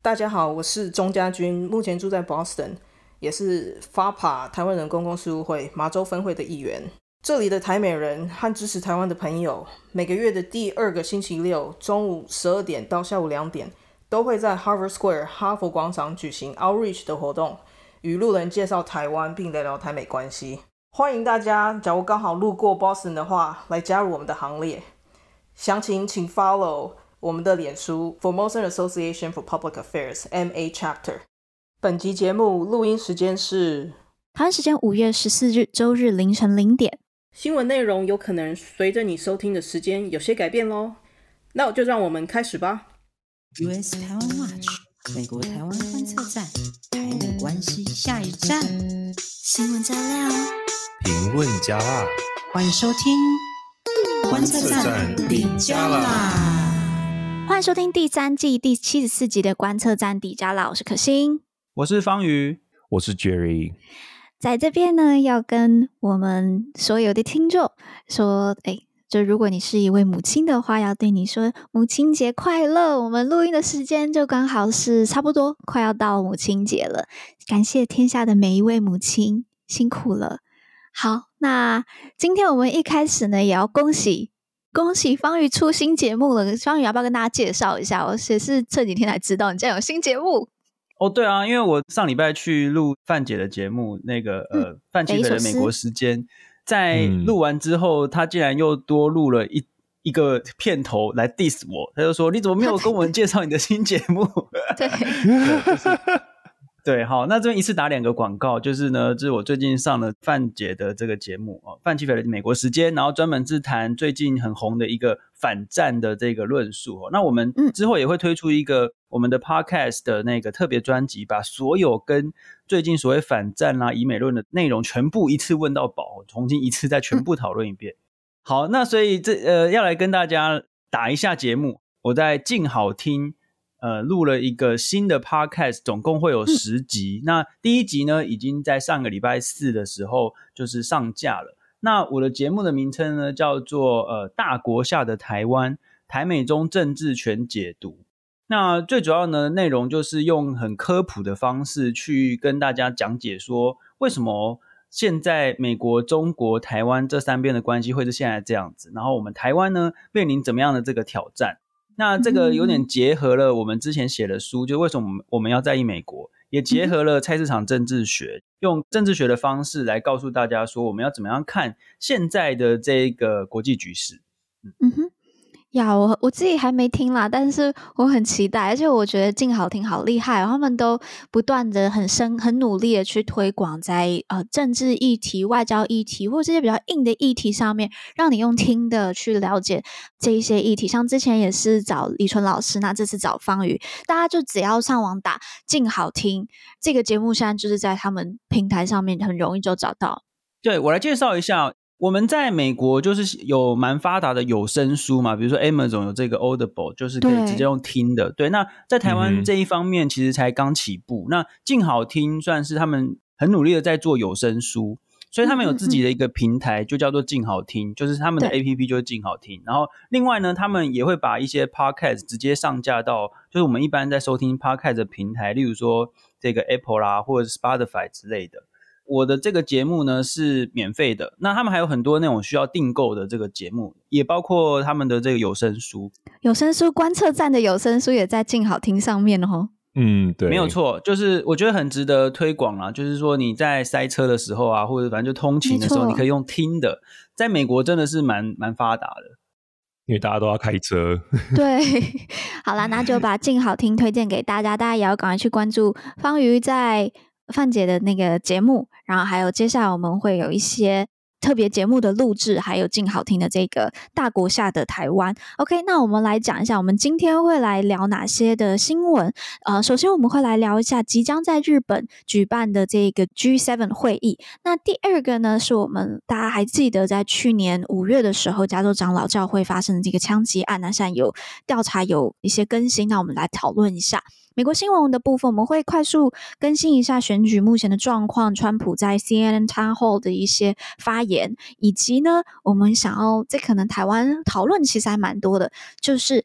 大家好，我是钟家军，目前住在 Boston， 也是 FAPA 台湾人公共事务会麻州分会的一员。这里的台美人和支持台湾的朋友，每个月的第2个星期六中午12点到下午2点，都会在 Harvard Square 哈佛广场举行 Outreach 的活动，与路人介绍台湾并聊聊台美关系。欢迎大家，假如刚好路过 Boston 的话，来加入我们的行列。详情请 follow 我们的脸书 Formosan Association for Public Affairs MA Chapter。 本集节目录音时间是台湾时间5月14日周日凌晨0点。 新闻内容有可能随着你收听的时间有些改变咯，那就让我们开始吧。 US 台湾 Watch 美国台湾观测站，台美关系下一站， 新闻加料， 评论加辣， 欢迎收听观测站底加啦。 欢迎收听第3季第74集的观测站底加啦，我是可心， 我是方瑜， 我是 Jerry。 在这边呢，要跟我们所有的听众说，就如果你是一位母亲的话，要对你说母亲节快乐。我们录音的时间就刚好是差不多快要到母亲节了，感谢天下的每一位母亲，辛苦了。好，那今天我们一开始呢，也要恭喜方瑜出新节目了。方瑜要不要跟大家介绍一下？我也是这几天才知道你竟然有新节目。 哦，对啊，因为我上礼拜去录范姐的节目，那个范琪斐的美国时间，在录完之后，他竟然又多录了一个片头来 diss 我，他就说你怎么没有跟我们介绍你的新节目？ 对， 对，好，那这边一次打2个广告，就是呢，就是我最近上了范姐的这个节目范琪斐的美国时间，然后专门是谈最近很红的一个反战的这个论述那我们之后也会推出一个我们的 podcast 的那个特别专辑，把所有跟最近所谓反战啦、以美论的内容全部一次问到饱，重新一次再全部讨论一遍。好，那所以要来跟大家打一下节目，我在静好听录了一个新的 podcast， 总共会有10集。那第1集呢，已经在上个礼拜4的时候就是上架了。那我的节目的名称呢，叫做大国下的台湾，台美中政治全解读。那最主要呢，内容就是用很科普的方式去跟大家讲解说，为什么现在美国、中国、台湾这3边的关系会是现在这样子，然后我们台湾呢面临怎么样的这个挑战。那这个有点结合了我们之前写的书，就为什么我们要在意美国，也结合了菜市场政治学，用政治学的方式来告诉大家说我们要怎么样看现在的这个国际局势。 我自己还没听啦，但是我很期待，而且我觉得静好听好厉害他们都不断的很努力的去推广在政治议题、外交议题或者这些比较硬的议题上面，让你用听的去了解这一些议题。像之前也是找李纯老师，那这次找方瑜，大家就只要上网打静好听这个节目，现在就是在他们平台上面很容易就找到。 对，我来介绍一下。我们在美国就是有蛮发达的有声书嘛，比如说 Amazon 有这个 Audible， 就是可以直接用听的。对，那在台湾这一方面其实才刚起步。那静好听算是他们很努力的在做有声书，所以他们有自己的一个平台，就叫做静好听，就是他们的 APP 就是静好听。然后另外呢，他们也会把一些 Podcast 直接上架到就是我们一般在收听 Podcast 的平台，例如说这个 Apple 啦或者是 Spotify 之类的。我的这个节目呢是免费的，那他们还有很多那种需要订购的这个节目，也包括他们的这个有声书。 有声书观测站的有声书也在静好听上面哦。 对， 没有错，就是我觉得很值得推广啦，就是说你在塞车的时候啊，或者反正就通勤的时候，你可以用听的。在美国真的是蛮发达的， 因为大家都要开车。 对，好啦，那就把静好听推荐给大家，大家也要赶快去关注方瑜在范姐的那个节目，然后还有接下来我们会有一些特别节目的录制，还有静好听的这个大国下的台湾。 OK， 那我们来讲一下我们今天会来聊哪些的新闻。首先我们会来聊一下即将在日本举办的这个 G7 会议。那第2个呢，是我们大家还记得在去年5月的时候加州长老教会发生的这个枪击案，那现在有调查有一些更新，那我们来讨论一下。美国新闻的部分我们会快速更新一下选举目前的状况，川普在 CNN Town Hall 的一些发言，以及呢我们想要这可能台湾讨论其实还蛮多的，就是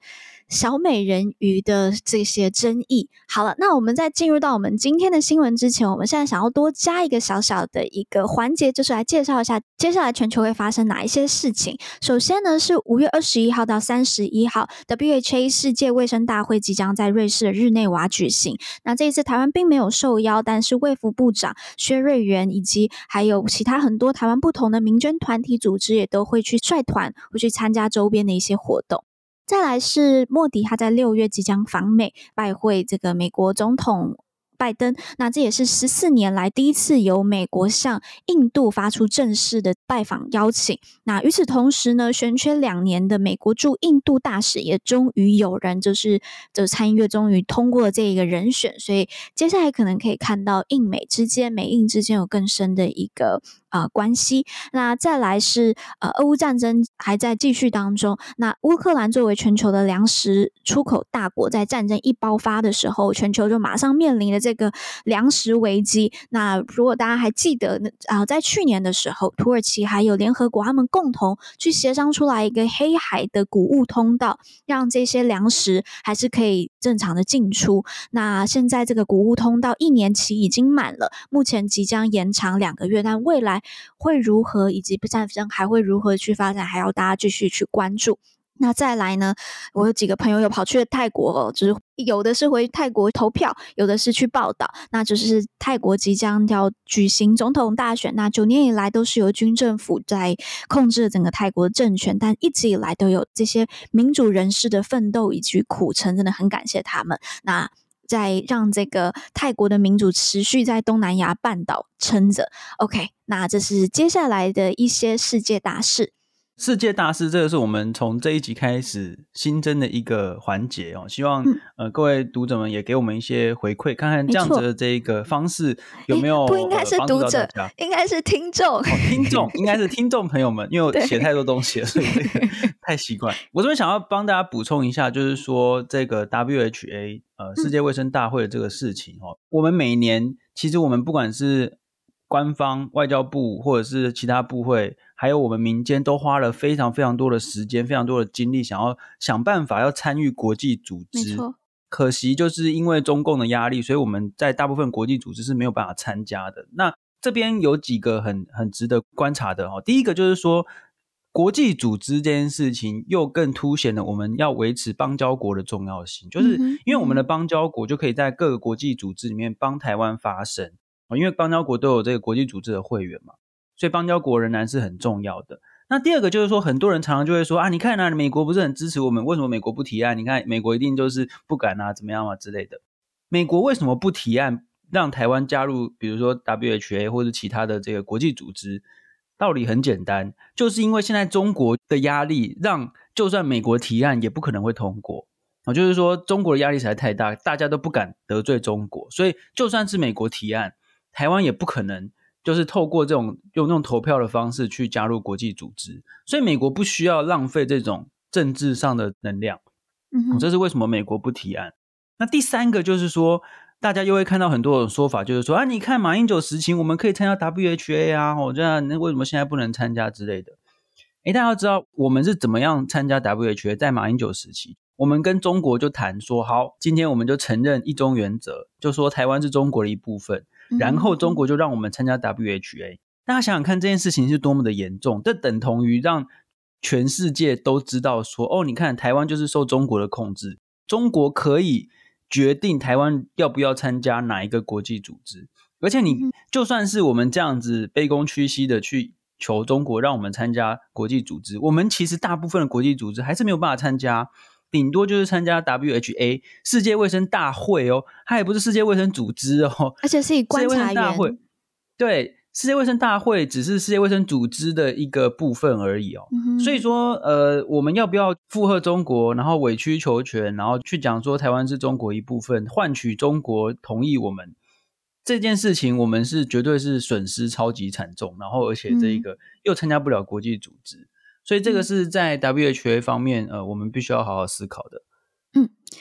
小美人鱼的这些争议。好了，那我们在进入到我们今天的新闻之前，我们现在想要多加一个小小的一个环节，就是来介绍一下接下来全球会发生哪一些事情。首先呢，是5月21号到31号 WHA 世界卫生大会即将在瑞士的日内瓦举行。那这一次台湾并没有受邀，但是卫福部长薛瑞元以及还有其他很多台湾不同的民间团体组织也都会去率团，会去参加周边的一些活动。再来是莫迪，他在6月即将访美拜会这个美国总统拜登，那这也是14年来第一次由美国向印度发出正式的拜访邀请。那与此同时呢，悬缺2年的美国驻印度大使也终于有人参议院终于通过了这一个人选，所以接下来可能可以看到印美之间、美印之间有更深的一个关系。那再来是俄乌战争还在继续当中，那乌克兰作为全球的粮食出口大国，在战争一爆发的时候，全球就马上面临了这个粮食危机。那如果大家还记得在去年的时候，土耳其还有联合国他们共同去协商出来一个黑海的谷物通道，让这些粮食还是可以正常的进出。那现在这个谷物通道1年期已经满了，目前即将延长2个月，但未来会如何以及战争还会如何去发展，还要大家继续去关注。那再来呢，我有几个朋友有跑去泰国就是有的是回泰国投票，有的是去报道。那就是泰国即将要举行总统大选，那9年以来都是由军政府在控制整个泰国政权，但一直以来都有这些民主人士的奋斗以及苦撑，真的很感谢他们。那在让这个泰国的民主持续在东南亚半岛撑着。 OK， 那这是接下来的一些世界大事。 世界大事，这个是我们从这一集开始新增的一个环节哦，希望各位读者们也给我们一些回馈，看看这样子的这个方式有没有不应该是读者，应该是听众听众应该是听众朋友们，因为我写太多东西了，所以这个太习惯。我这边想要帮大家补充一下，就是说这个 WHA 世界卫生大会的这个事情我们每年其实我们不管是官方外交部或者是其他部会，还有我们民间都花了非常非常多的时间，非常多的精力，想要想办法要参与国际组织。没错，可惜就是因为中共的压力，所以我们在大部分国际组织是没有办法参加的。那这边有几个很值得观察的第一个就是说，国际组织这件事情又更凸显了我们要维持邦交国的重要性，就是因为我们的邦交国就可以在各个国际组织里面帮台湾发声，因为邦交国都有这个国际组织的会员嘛，所以邦交国仍然是很重要的。那第二个就是说，很多人常常就会说你看美国不是很支持我们，为什么美国不提案？你看美国一定就是不敢怎么样之类的。美国为什么不提案让台湾加入比如说 WHA 或者其他的这个国际组织？道理很简单，就是因为现在中国的压力让就算美国提案也不可能会通过，就是说中国的压力实在太大，大家都不敢得罪中国，所以就算是美国提案，台湾也不可能就是透过用那种投票的方式去加入国际组织，所以美国不需要浪费这种政治上的能量，这是为什么美国不提案。那第三个就是说，大家又会看到很多种说法，就是说你看马英九时期我们可以参加 WHA 这样为什么现在不能参加之类的。大家要知道我们是怎么样参加 WHA， 在马英九时期我们跟中国就谈说，好，今天我们就承认一中原则，就说台湾是中国的一部分，然后中国就让我们参加 WHA。 大家想想看这件事情是多么的严重，这等同于让全世界都知道说你看台湾就是受中国的控制，中国可以决定台湾要不要参加哪一个国际组织，而且你就算是我们这样子卑躬屈膝的去求中国让我们参加国际组织，我们其实大部分的国际组织还是没有办法参加，顶多就是参加 WHA 世界卫生大会它也不是世界卫生组织而且是以观察员。 对，世界卫生大会只是世界卫生组织的一个部分而已所以说我们要不要附和中国，然后委曲求全，然后去讲说台湾是中国一部分，换取中国同意我们这件事情，我们是绝对是损失超级惨重，然后而且这一个又参加不了国际组织，所以这个是在 WHA 方面我们必须要好好思考的。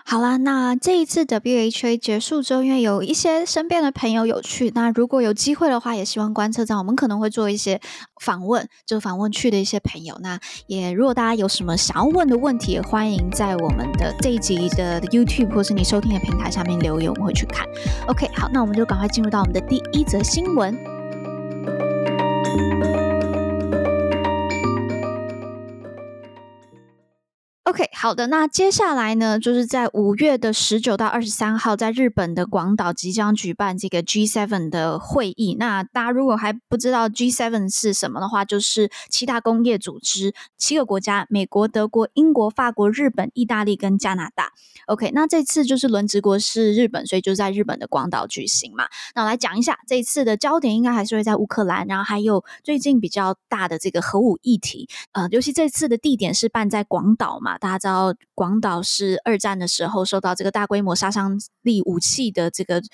好啦，那这一次 WHA 结束之后，因为有一些身边的朋友有去，那如果有机会的话，也希望观测站我们可能会做一些访问，就访问去的一些朋友。那也如果大家有什么想要问的问题，也欢迎在我们的这一集的 YouTube 或是你收听的平台下面留言，我们会去看。OK， 好，那我们就赶快进入到我们的第一则新闻。OK， 好的，那接下来呢，就是在5月的19到23号，在日本的广岛即将举办这个 G7 的会议。那大家如果还不知道 G7 是什么的话，就是7大工业组织，7个国家，美国、德国、英国、法国、日本、意大利跟加拿大。OK， 那这次就是轮值国是日本，所以就在日本的广岛举行嘛。那我来讲一下，这一次的焦点应该还是会在乌克兰，然后还有最近比较大的这个核武议题。尤其这次的地点是办在广岛嘛。大家知道广岛是2战的时候受到这个大规模杀伤力武器的这个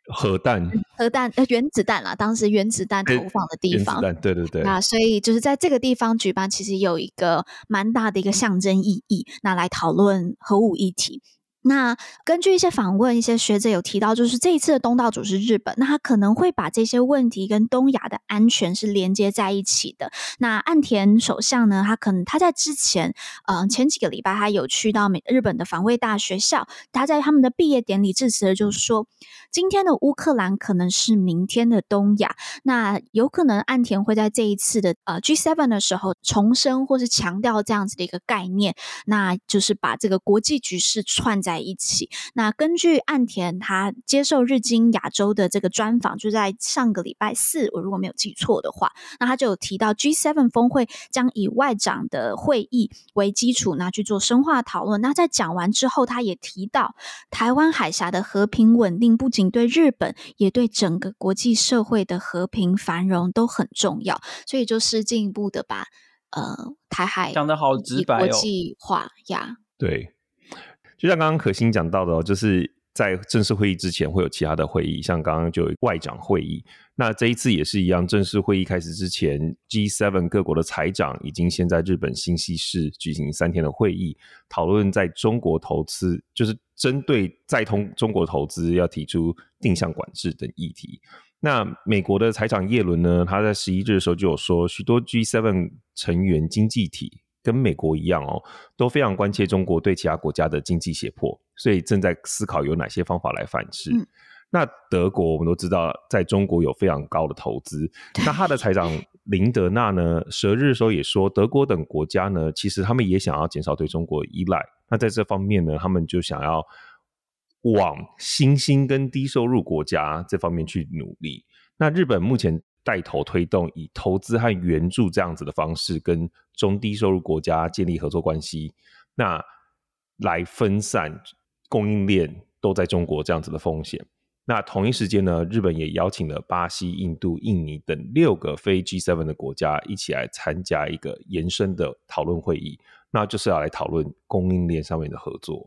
原子弹啦，当时原子弹投放的地方， 原子弹，对对对。 那所以就是在这个地方举办，其实有一个蛮大的一个象征意义，那来讨论核武议题。那根据一些访问，一些学者有提到，就是这一次的东道主是日本，那他可能会把这些问题跟东亚的安全是连接在一起的。那岸田首相呢，他在之前前几个礼拜他有去到日本的防卫大学校，他在他们的毕业典礼致辞的就是说，今天的乌克兰可能是明天的东亚。那有可能岸田会在这一次的G7 的时候重申或是强调这样子的一个概念，那就是把这个国际局势串在一起。那根据岸田他接受日经亚洲的这个专访，就在上个礼拜4，我如果没有记错的话，那他就有提到 G7 峰会将以外长的会议为基础，那去做深化讨论。那在讲完之后，他也提到台湾海峡的和平稳定不仅对日本，也对整个国际社会的和平繁荣都很重要，所以就是进一步的把台海讲得好直白国际化呀。 对，就像刚刚可心讲到的就是在正式会议之前会有其他的会议，像刚刚就有外长会议，那这一次也是一样，正式会议开始之前 G7 各国的财长已经先在日本新潟市举行3天的会议，讨论在中国投资，就是针对在中国投资要提出定向管制等议题。那美国的财长耶伦呢，他在11日的时候就有说，许多 G7 成员经济体跟美国一样都非常关切中国对其他国家的经济胁迫，所以正在思考有哪些方法来反制。那德国我们都知道在中国有非常高的投资，那他的财长林德纳呢10日的时候也说，德国等国家呢其实他们也想要减少对中国的依赖，那在这方面呢他们就想要往新兴跟低收入国家这方面去努力。那日本目前带头推动以投资和援助这样子的方式跟中低收入国家建立合作关系，那来分散供应链都在中国这样子的风险。那同一时间呢，日本也邀请了巴西、印度、印尼等6个非 G7 的国家一起来参加一个延伸的讨论会议，那就是要来讨论供应链上面的合作。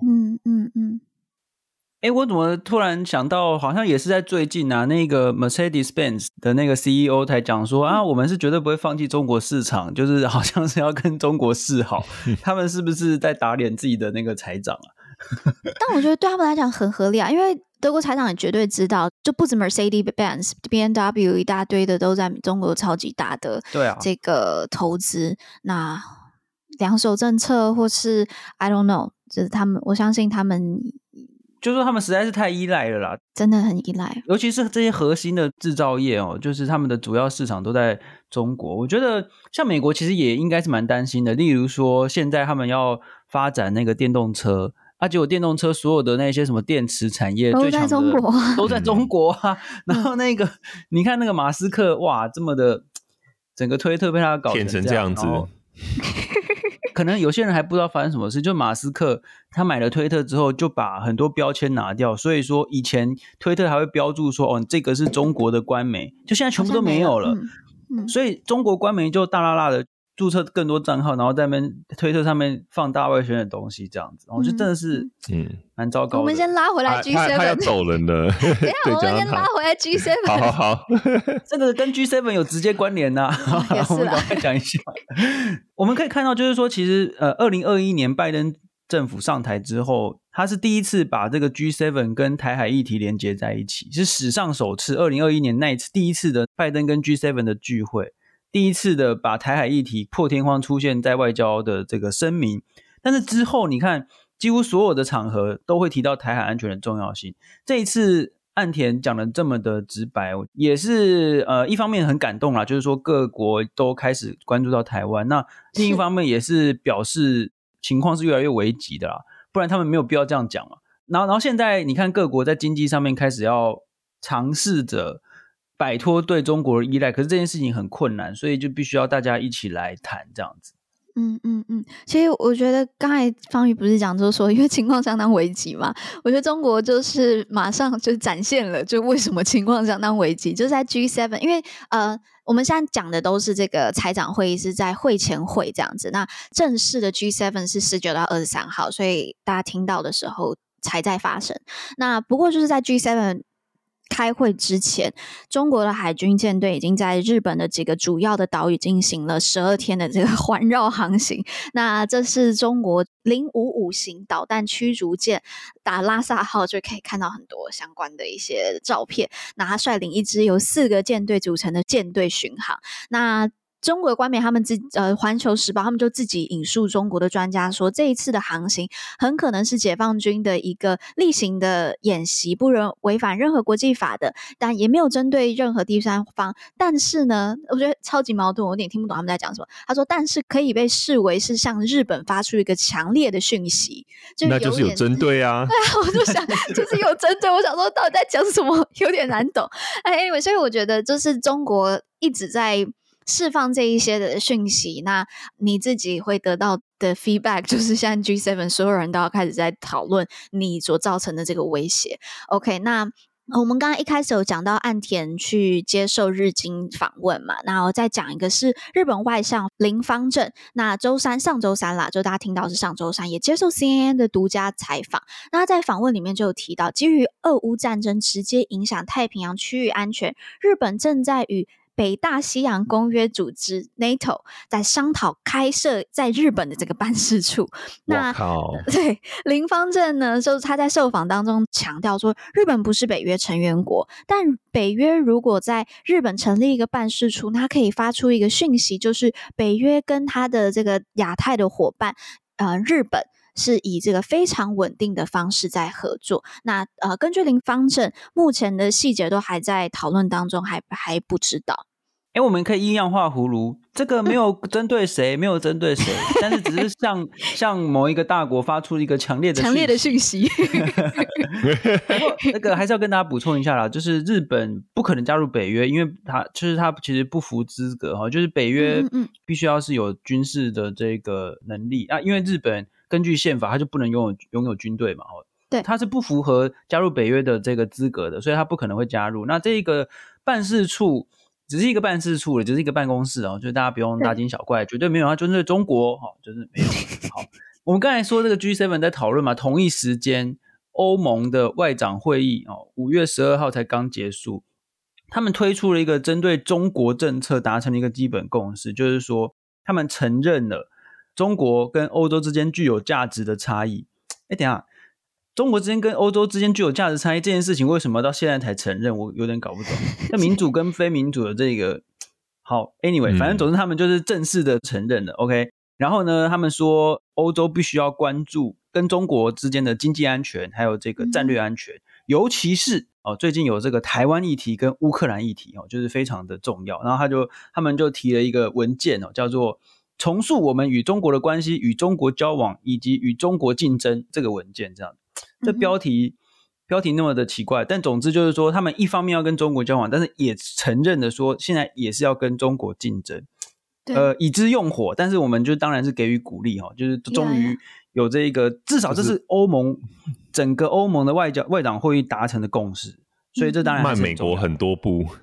我怎么突然想到好像也是在最近啊，那个 Mercedes-Benz 的那个 CEO 才讲说我们是绝对不会放弃中国市场，就是好像是要跟中国示好他们是不是在打脸自己的那个财长啊？ 但我觉得对他们来讲很合理啊，因为德国财长也绝对知道，就不止 Mercedes-Benz、BMW 一大堆的都在中国超级大的这个投资，那两手政策或是 I don't know， 就是我相信他们就是说他们实在是太依赖了啦， 真的很依赖， 尤其是这些核心的制造业就是他们的主要市场都在中国。我觉得像美国其实也应该是蛮担心的，例如说现在他们要发展那个电动车结果电动车所有的那些什么电池产业最强的都在中国啊然后那个你看那个马斯克，哇，这么的整个推特被他搞成这样子可能有些人还不知道发生什么事，就马斯克他买了推特之后就把很多标签拿掉，所以说以前推特还会标注说这个是中国的官媒，就现在全部都没有了所以中国官媒就大拉拉的注册更多账号，然后在那边推特上面放大外宣的东西这样子，然后就真的是蛮糟糕的。 我们先拉回来 G7 他要走人了等一下我们先拉回来 G7 好这个跟 G7 有直接关联我们赶快讲一下我们可以看到就是说其实2021年拜登政府上台之后， 他是第一次把这个 G7 跟台海议题连接在一起，是史上首次2021年那一次第一次的拜登跟 G7 的聚会，第一次的把台海议题破天荒出现在外交的这个声明。但是之后你看几乎所有的场合都会提到台海安全的重要性，这一次岸田讲的这么的直白，也是一方面很感动啦，就是说各国都开始关注到台湾，那另一方面也是表示情况是越来越危急的啦，不然他们没有必要这样讲嘛。然后现在你看各国在经济上面开始要尝试着摆脱对中国的依赖，可是这件事情很困难，所以就必须要大家一起来谈这样子。 其实我觉得刚才方宇不是讲就是说因为情况相当危急嘛，我觉得中国就是马上就展现了就为什么情况相当危急，就是在 G7， 因为我们现在讲的都是这个财长会议是在会前会这样子，那正式的 G7 是19到23号，所以大家听到的时候才在发生。那不过就是在 G7开会之前，中国的海军舰队已经在日本的几个主要的岛屿进行了12天的这个环绕航行。那这是中国055型导弹驱逐舰打拉萨号，就可以看到很多相关的一些照片。那他率领一支由4个舰队组成的舰队巡航。那中国的官媒他们环球时报他们就自己引述中国的专家说，这一次的航行很可能是解放军的一个例行的演习，不违反任何国际法的，但也没有针对任何第三方。但是呢，我觉得超级矛盾，我有点听不懂他们在讲什么。他说但是可以被视为是向日本发出一个强烈的讯息， 那就是有针对啊。 对啊，我就想就是有针对，我想说到底在讲什么，有点难懂。anyway， 所以我觉得就是中国一直在释放这一些的讯息，那你自己会得到的 feedback 就是现在 G7 所有人都要开始在讨论你所造成的这个威胁。 OK， 那我们刚刚一开始有讲到岸田去接受日经访问嘛，那我再讲一个是日本外相林芳正，那上周三啦，就大家听到是上周三，也接受 CNN 的独家采访。那他在访问里面就有提到，基于俄乌战争直接影响太平洋区域安全，日本正在与北大西洋公约组织 NATO 在商讨开设在日本的这个办事处。那对林芳正呢，就是他在受访当中强调说，日本不是北约成员国，但北约如果在日本成立一个办事处，它可以发出一个讯息，就是北约跟他的这个亚太的伙伴日本是以这个非常稳定的方式在合作。那根据林芳正，目前的细节都还在讨论当中，还不知道。 我们可以阴阳画葫芦，这个没有针对谁，没有针对谁，但是只是向某一个大国发出一个强烈的讯息。不过那个还是要跟大家补充一下啦，就是日本不可能加入北约，因为他其实不符资格，就是北约必须要是有军事的这个能力啊，因为日本根据宪法他就不能拥有军队嘛，对，他是不符合加入北约的这个资格的，所以他不可能会加入。那这个办事处只是一个办事处，只是一个办公室就是大家不用大惊小怪，绝对没有要针对中国就是没有。好，我们刚才说这个 G7 在讨论嘛，同一时间欧盟的外长会议5月12号才刚结束，他们推出了一个针对中国政策达成了一个基本共识，就是说他们承认了中国跟欧洲之间具有价值的差异。等一下，中国之间跟欧洲之间具有价值差异这件事情为什么到现在才承认，我有点搞不懂。那民主跟非民主的这个好 anyway 反正总之他们就是正式的承认了 OK。 然后呢，他们说欧洲必须要关注跟中国之间的经济安全还有这个战略安全，尤其是最近有这个台湾议题跟乌克兰议题就是非常的重要。然后他们就提了一个文件叫做重塑我们与中国的关系、与中国交往以及与中国竞争这个文件。这样这标题那么的奇怪，但总之就是说他们一方面要跟中国交往，但是也承认的说现在也是要跟中国竞争，以之用火，但是我们就当然是给予鼓励就是终于有这个至少这是欧盟整个欧盟的外长会议达成的共识，所以这当然还是慢美国很多步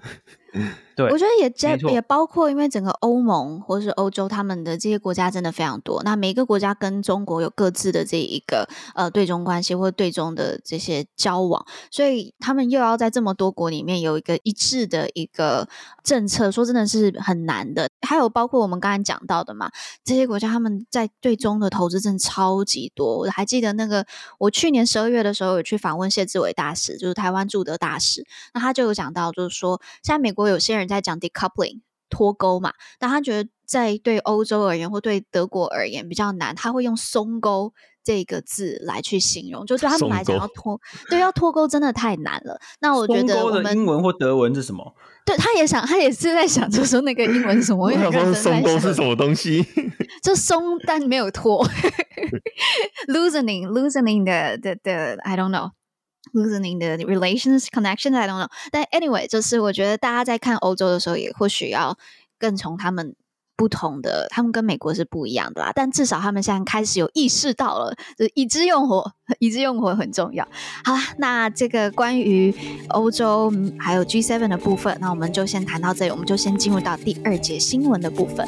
对， 我觉得也包括，因为整个欧盟或是欧洲，他们的这些国家真的非常多。那每一个国家跟中国有各自的这一个对中关系或对中的这些交往，所以他们又要在这么多国里面有一个一致的一个政策，说真的是很难的。还有包括我们刚才讲到的嘛，这些国家他们在对中的投资真的超级多。我还记得我去年12月的时候有去访问谢志伟大使，就是台湾驻德大使，那他就有讲到，就是说现在美国有些人在讲 decoupling 脱钩嘛，但他觉得在对欧洲而言或对德国而言比较难，他会用松钩这个字来去形容，就对他们来讲要脱钩真的太难了。那我觉得松钩的英文或德文是什么？ 对，他也是在想，就说那个英文是什么？我想说松钩是什么东西？ 就松但没有脱，loosening the I don't know。losing the relations connections I don't know 但 anyway 就是我觉得大家在看欧洲的时候也或许要更从他们不同的，他们跟美国是不一样的啦，但至少他们现在开始有意识到了，就是以之用火很重要。好啦，那这个关于欧洲还有 G7 的部分，那我们就先谈到这里，我们就先进入到第2节新闻的部分。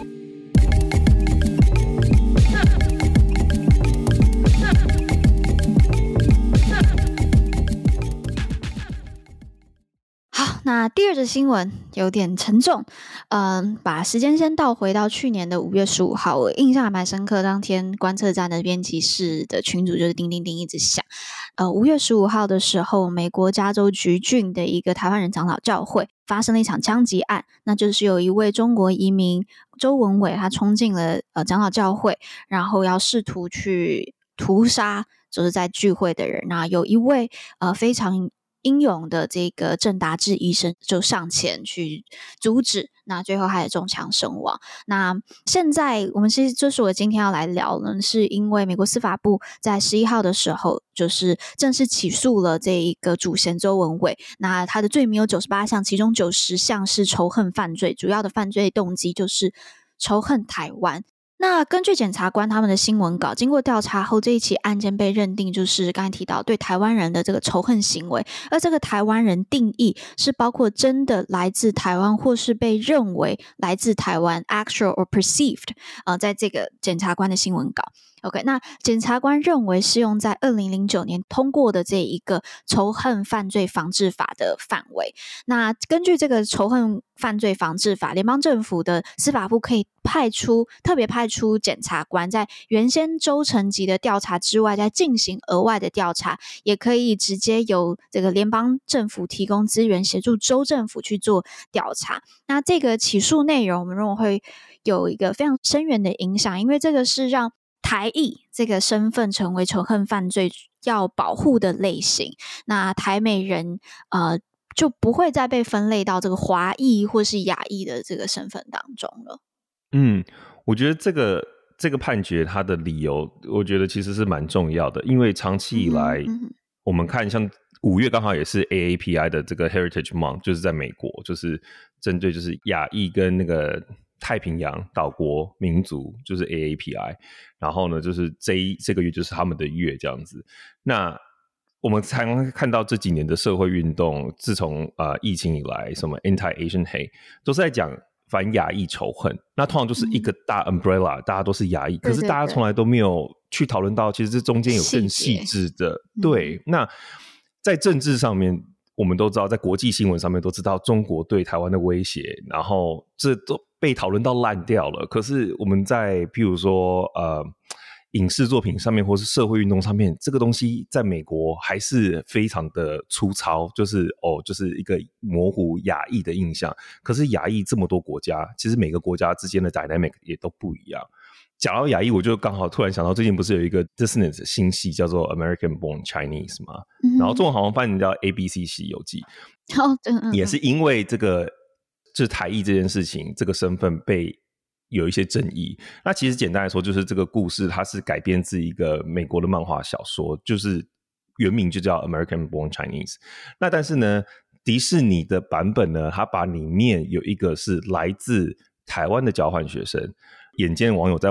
那第2则新闻有点沉重，把时间先倒回到去年的5月15号，我印象还蛮深刻。当天观测站的编辑室的群组就是叮叮叮一直响。5月15号的时候，美国加州橘郡的一个台湾人长老教会发生了一场枪击案，那就是有一位中国移民周文伟，他冲进了长老教会，然后要试图去屠杀就是在聚会的人。那有一位非常英勇的这个郑达志医生就上前去阻止，那最后还是中枪身亡。那现在我们其实就是我今天要来聊呢，是因为美国司法部在11号的时候就是正式起诉了这一个主嫌周文伟，那他的罪名有98项，其中90项是仇恨犯罪，主要的犯罪动机就是仇恨台湾。那根据检察官他们的新闻稿，经过调查后，这一起案件被认定就是刚才提到对台湾人的这个仇恨行为，而这个台湾人定义是包括真的来自台湾或是被认为来自台湾 actual or perceived 在这个检察官的新闻稿。OK， 那检察官认为适用在2009年通过的这一个仇恨犯罪防治法的范围。那根据这个仇恨犯罪防治法，联邦政府的司法部可以特别派出检察官，在原先州层级的调查之外，再进行额外的调查，也可以直接由这个联邦政府提供资源，协助州政府去做调查。那这个起诉内容，我们认为会有一个非常深远的影响，因为这个是让台裔这个身份成为仇恨犯罪要保护的类型，那台美人就不会再被分类到这个华裔或是亚裔的这个身份当中了。 我觉得这个判决它的理由，我觉得其实是蛮重要的，因为长期以来，我们看像5月刚好也是 AAPI 的这个 Heritage Month， 就是在美国，就是针对就是亚裔跟那个太平洋岛国民族，就是 AAPI， 然后呢就是这个月就是他们的月这样子。那我们常看到这几年的社会运动，自从疫情以来，什么 Anti-Asian Hate 都是在讲反亚裔仇恨，那通常就是一个大 umbrella，大家都是亚裔，可是大家从来都没有去讨论到其实这中间有更细致的对。那在政治上面我们都知道，在国际新闻上面都知道中国对台湾的威胁，然后这都被讨论到烂掉了。可是我们在譬如说影视作品上面或是社会运动上面，这个东西在美国还是非常的粗糙，就是一个模糊亚裔的印象。可是亚裔这么多国家，其实每个国家之间的 dynamic 也都不一样。讲到亚裔，我就刚好突然想到最近不是有一个 Disney 的新戏叫做 American Born Chinese 吗？然后中文好像翻译叫 ABC 西游记。也是因为这个就是台裔这件事情，这个身份被有一些争议。那其实简单来说，就是这个故事它是改编自一个美国的漫画小说，就是原名就叫 American Born Chinese。那但是呢，迪士尼的版本呢，它把里面有一个是来自台湾的交换学生，眼尖网友在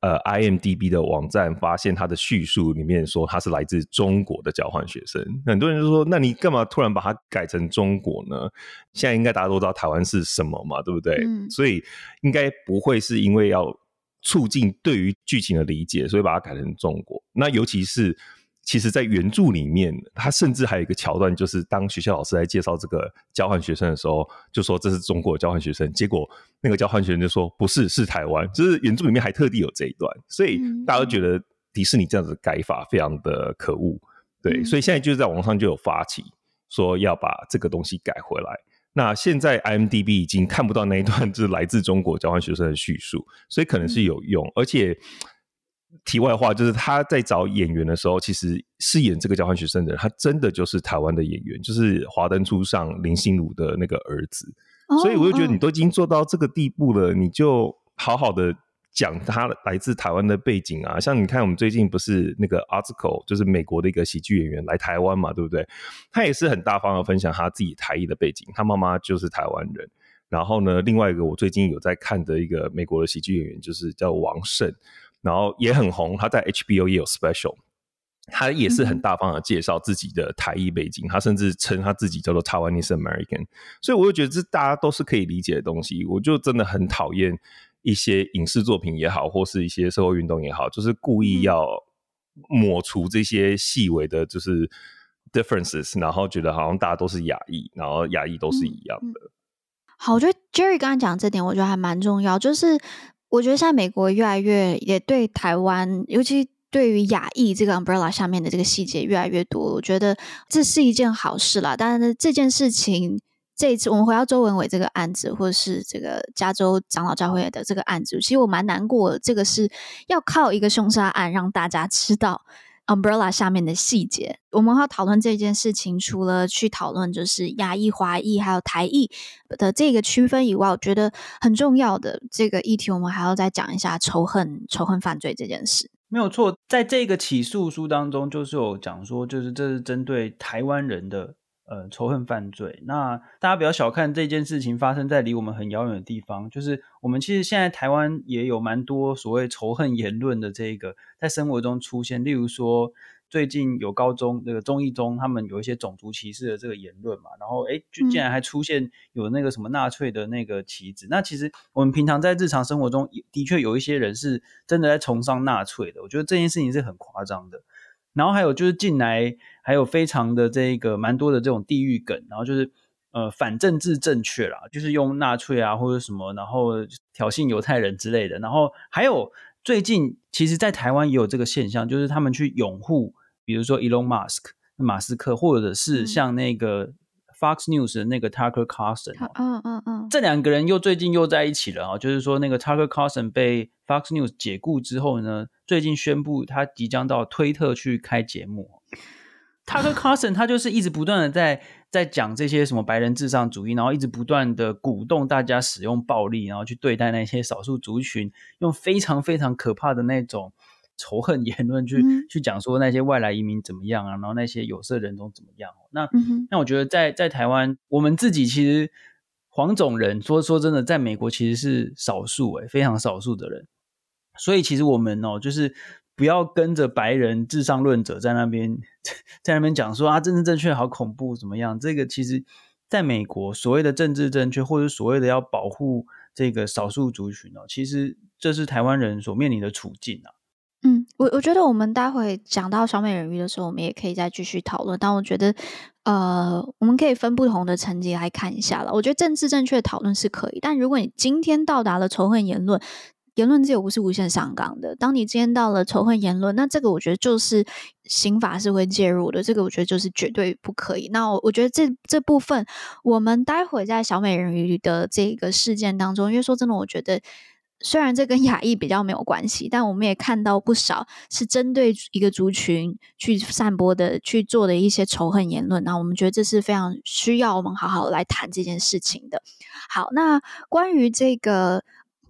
IMDB 的网站发现它的叙述里面说他是来自中国的交换学生，很多人就说那你干嘛突然把它改成中国呢？现在应该大家都知道台湾是什么嘛，对不对？所以应该不会是因为要促进对于剧情的理解所以把它改成中国。那尤其是其实在原著里面他甚至还有一个桥段，就是当学校老师在介绍这个交换学生的时候就说这是中国的交换学生，结果那个交换学生就说不是，是台湾，就是原著里面还特地有这一段，所以大家都觉得迪士尼这样子的改法非常的可恶，对，所以现在就是在网上就有发起说要把这个东西改回来。那现在 IMDB 已经看不到那一段就是来自中国交换学生的叙述，所以可能是有用，而且题外话就是他在找演员的时候，其实饰演这个交换学生的人他真的就是台湾的演员，就是华灯初上林心如的那个儿子，所以我就觉得你都已经做到这个地步了，你就好好的讲他来自台湾的背景啊。像你看我们最近不是那个 Article 就是美国的一个喜剧演员来台湾嘛，对不对？他也是很大方的分享他自己台裔的背景，他妈妈就是台湾人。然后呢，另外一个我最近有在看的一个美国的喜剧演员就是叫王胜，然后也很红，他在 HBO 也有 special， 他也是很大方的介绍自己的台裔背景，他甚至称他自己叫做 Taiwanese American， 所以我就觉得这大家都是可以理解的东西。我就真的很讨厌一些影视作品也好，或是一些社会运动也好，就是故意要抹除这些细微的就是 differences， 然后觉得好像大家都是亚裔，然后亚裔都是一样的。 好，我觉得 Jerry 刚才讲这点我觉得还蛮重要，就是我觉得现在美国越来越也对台湾，尤其对于亚裔这个 umbrella 下面的这个细节越来越多，我觉得这是一件好事啦。但是这件事情这一次我们回到周文伟这个案子，或者是这个加州长老教会的这个案子，其实我蛮难过的，这个是要靠一个凶杀案让大家知道umbrella 下面的细节。我们要讨论这件事情，除了去讨论就是亚裔、华裔还有台裔的这个区分以外，我觉得很重要的这个议题，我们还要再讲一下仇恨犯罪这件事。 没有错，在这个起诉书当中就是有讲说，就是这是针对台湾人的仇恨犯罪。那大家不要小看这件事情发生在离我们很遥远的地方，就是我们其实现在台湾也有蛮多所谓仇恨言论的这个在生活中出现，例如说最近有高中这个中一中他们有一些种族歧视的这个言论嘛，然后就竟然还出现有那个什么纳粹的那个旗子。那其实我们平常在日常生活中的确有一些人是真的在崇尚纳粹的，我觉得这件事情是很夸张的。然后还有就是近来还有非常的这个蛮多的这种地域梗，然后就是反政治正确啦，就是用纳粹啊或者什么，然后挑衅犹太人之类的。然后还有最近其实在台湾也有这个现象，就是他们去拥护比如说 Elon Musk 马斯克，或者是像那个 Fox News 的那个 Tucker Carlson，这两个人最近又在一起了，就是说那个 Tucker Carlson 被 Fox News 解雇之后呢，最近宣布他即将到推特去开节目。Tucker Carlson 他就是一直不断的在讲这些什么白人至上主义，然后一直不断的鼓动大家使用暴力，然后去对待那些少数族群，用非常非常可怕的那种仇恨言论去讲说那些外来移民怎么样啊，然后那些有色人种怎么样。那我觉得在台湾我们自己其实黄种人说真的在美国其实是少数非常少数的人，所以其实我们就是不要跟着白人至上论者在那边讲说政治正确好恐怖怎么样。这个其实在美国所谓的政治正确，或者所谓的要保护这个少数族群其实这是台湾人所面临的处境啊。 我觉得我们待会讲到小美人鱼的时候，我们也可以再继续讨论。但我觉得我们可以分不同的层级来看一下了。我觉得政治正确的讨论是可以，但如果你今天到达了仇恨言论自由不是无限上纲的。当你今天到了仇恨言论，那这个我觉得就是刑法是会介入的，这个我觉得就是绝对不可以。那我觉得这部分我们待会在小美人鱼的这个事件当中，因为说真的我觉得虽然这跟亚裔比较没有关系，但我们也看到不少是针对一个族群去散播的去做的一些仇恨言论，那我们觉得这是非常需要我们好好来谈这件事情的。好，那关于这个